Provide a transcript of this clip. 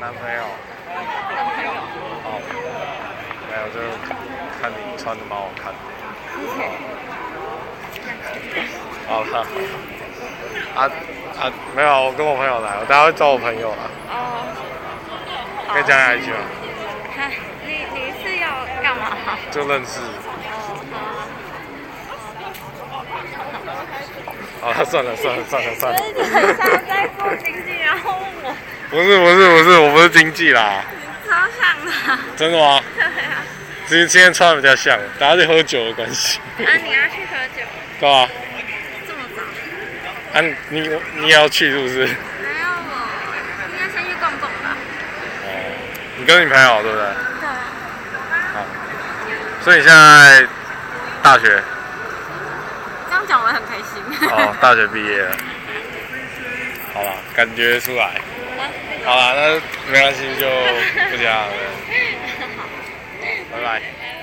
男朋友。 男朋友。 哦，没有，就看你穿的蛮好看的。好了。没有，我跟我朋友来，我等下会找我朋友啦。 哦。 可以加下一句吗？ 你是要干嘛？ 就认识。好了，算了。 很想在说经济，然后问我。 不是，我不是经济啦。 超像的。真的吗？ 对啊。 今天穿的比较像，大家是喝酒的关系。 你要去喝酒？ 对啊。 这么早？ 你也要去是不是？ 没有，我应该先去逛逛吧。 你跟你朋友对不对？ 对。 好。所以你现在大学？ 这样讲我很开心。 大学毕业了。好了，感觉出来。好了，那没关系，就不讲了。拜拜。